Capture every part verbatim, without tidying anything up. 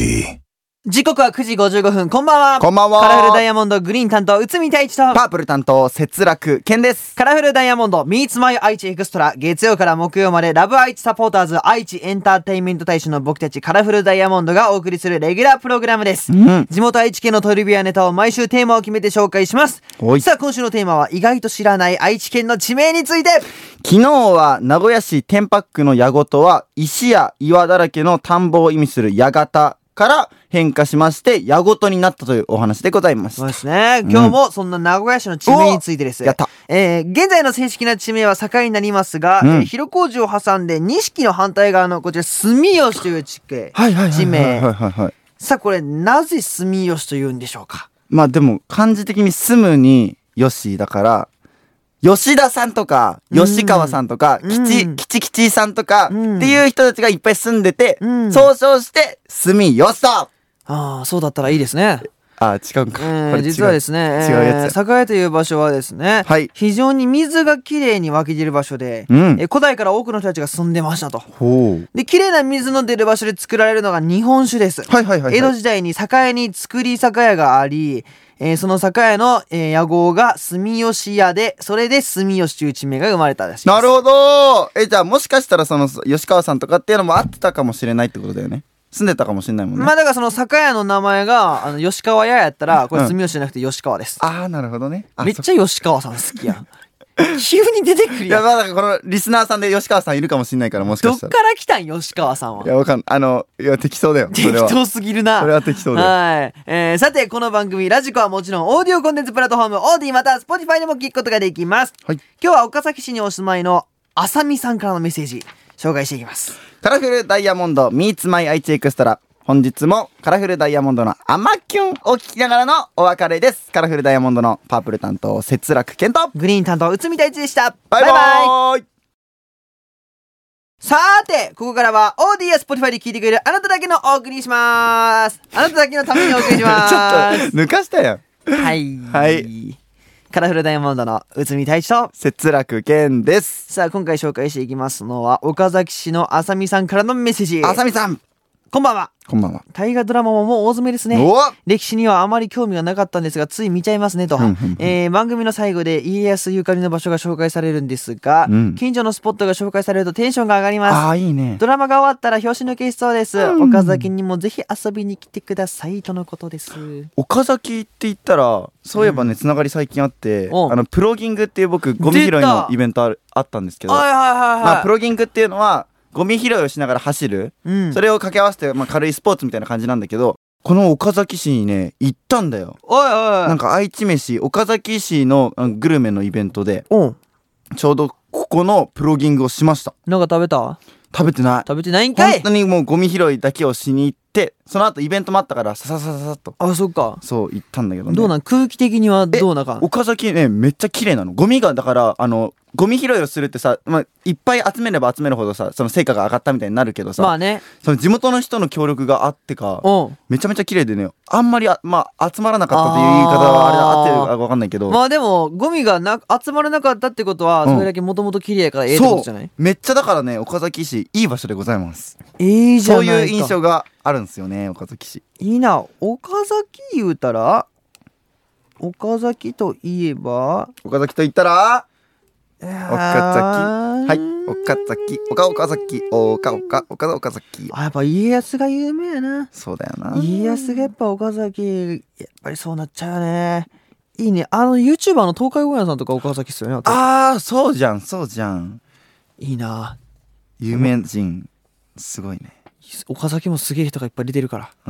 City。 時刻はくじごじゅうごふん。こんばんは。 こんばんは。 カラフルダイヤモンドグリーン担当内海太一とパープル担当節楽健です。 カラフルダイヤモンド Meets My 愛知エクストラ、月曜から木曜までラブ愛知サポーターズ愛知エンターテインメント大使の僕たちカラフルダイヤモンドがお送りするレギュラープログラムです、うん、地元愛知県のトリビアネタを毎週テーマを決めて紹介します。さあ今週のテーマは意外と知らない愛知県の地名について。 昨日は名古屋市天白区の矢事は石や岩だらけの田んぼを意味する矢形から変化しまして矢事になったというお話でございます。 そうですね。今日もそんな名古屋市の地名についてです、 うん、やった、 えー、現在の正式な地名は境になりますが、うん、えー、広小路を挟んで錦の反対側のこちら住吉という地形、地名。さあこれなぜ住吉というんでしょうか。 まあでも漢字的に住むに吉だから吉田さんとか吉川さんとか、うん、吉、吉吉さんとか、うん、っていう人たちがいっぱい住んでて、うん、総称して住吉と。ああ、そうだったらいいですね。 あ、違うか、 えー、これ実はですね、 違うやつ、 えー、栄という場所はですね、はい、非常に水がきれいに湧き出る場所で、うん、えー、古代から多くの人たちが住んでましたと。ほうで、きれいな水の出る場所で作られるのが日本酒です、はいはいはいはい、江戸時代に栄に造り酒屋があり、えー、その酒屋の、えー、屋号が住吉屋で、それで住吉という地名が生まれたらしいです。 なるほど。えじゃあもしかしたらその吉川さんとかっていうのもあってたかもしれないってことだよね。住んでたかもしれないもんね。 まあだからその酒屋の名前があの吉川屋やったらこれ住吉じゃなくて吉川です、 うん、ああなるほどね。 めっちゃ吉川さん好きやん急に出てくるやん。いや、 まあだからこのリスナーさんで吉川さんいるかもしれないから、もしかしたらどっから来たん吉川さんは。 いやわかんない。あのいや適当だよ。それは適当すぎるな。 それは適当だよ。 はい、えー、さてこの番組ラジコはもちろんオーディオコンテンツプラットフォームオーディまたは Spotify でも聞くことができます、はい、今日は岡崎市にお住まいのあさみさんからのメッセージ紹介していきます。 カラフルダイヤモンド Meets My 愛知エクストラ、本日もカラフルダイヤモンドのアマキュンを聞きながらのお別れです。カラフルダイヤモンドのパープル担当節楽健とグリーン担当内海太一でした。 バイバイ、バイバイ。 さーてここからはオーディや Spotify で聞いてくれるあなただけのお送りします。あなただけのためにお送りしますちょっと抜かしたやん。 はいはいカラフルダイヤモンドの内海太一と節楽健です。 さあ今回紹介していきますのは岡崎市のあさみさんからのメッセージ。 あさみさんこんばんは。 こんばんは。 大河ドラマももう大詰めですね。歴史にはあまり興味がなかったんですがつい見ちゃいますねと、えー、番組の最後で家康ゆかりの場所が紹介されるんですが、うん、近所のスポットが紹介されるとテンションが上がります。 あ、いいね。 ドラマが終わったら表紙抜けしそうです、うん、岡崎にもぜひ遊びに来てくださいとのことです。 岡崎って言ったらそういえばね、つながり最近あって、うん、あのプロギングっていう僕ゴミ拾いのイベント あ, あったんですけど、 はいはいはいはい、 まあ、プロギングっていうのはゴミ拾いをしながら走る、うん、それを掛け合わせて、まあ、軽いスポーツみたいな感じなんだけど、この岡崎市にね行ったんだよ。 おいおい、 なんか愛知飯岡崎市のグルメのイベントで、うん、ちょうどここのプロギングをしました。 なんか食べた？ 食べてない。 食べてないんかい。 本当にもうゴミ拾いだけをしに行って、その後イベントもあったからさささささっと。 あ、そっか。 そう行ったんだけどね。 どうなん？空気的にはどうなかん？ 岡崎ねめっちゃ綺麗なの。ゴミがだからあのゴミ拾いをするってさ、まあ、いっぱい集めれば集めるほどさその成果が上がったみたいになるけどさ、 まあね、 その地元の人の協力があってかめちゃめちゃ綺麗でね、あんまりあ、まあ、集まらなかったっていう言い方はあれ合ってるか分かんないけど、 まあでもゴミがな集まらなかったってことは、うん、それだけもともと綺麗からええってことじゃない？ めっちゃだからね岡崎市いい場所でございます。 いいじゃないか。 そういう印象があるんですよね岡崎市。 いいな。岡崎言うたら岡崎といえば岡崎と言ったら岡崎、はい、岡崎、岡岡崎、岡岡岡岡崎。 あ、やっぱ家康が有名やな。 そうだよな。 家康がやっぱ岡崎やっぱりそうなっちゃうよね。いいね。あの YouTuber の東海オンエアさんとか岡崎っすよね。 ああ、そうじゃんそうじゃん。 いいな。 有名人すごいね。 岡崎もすげえ人がいっぱい出てるから。うん。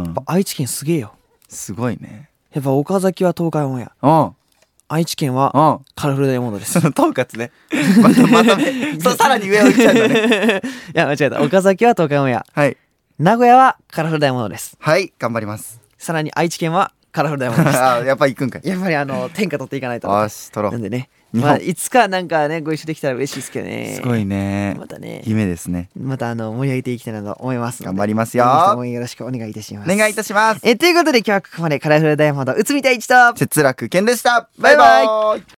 やっぱ愛知県すげえよ。 すごいね。 やっぱ岡崎は東海オンエア。うん。愛知県はカラフルダイヤモンドです。 統括ね。またまためそうさらに上を行っちゃうんだね。 いや間違えた。岡崎は東海オンエア。 はい。 名古屋はカラフルダイヤモンドです。 はい、頑張ります。 さらに愛知県はカラフルダイヤモンドです。 あ、やっぱ行くんかい。 やっぱりあの天下取っていかないと。 よし、取ろう。 なんでね。まあ、いつかなんかねご一緒できたら嬉しいですけどね。 すごいね。 またね夢ですね。 またあの盛り上げていきたいなと思いますので、 頑張りますよ。 応援よろしくお願いいたします。 お願いいたします。 えということで今日はここまでカラフルダイヤモンド内海太一と節楽健でした。バイバイ。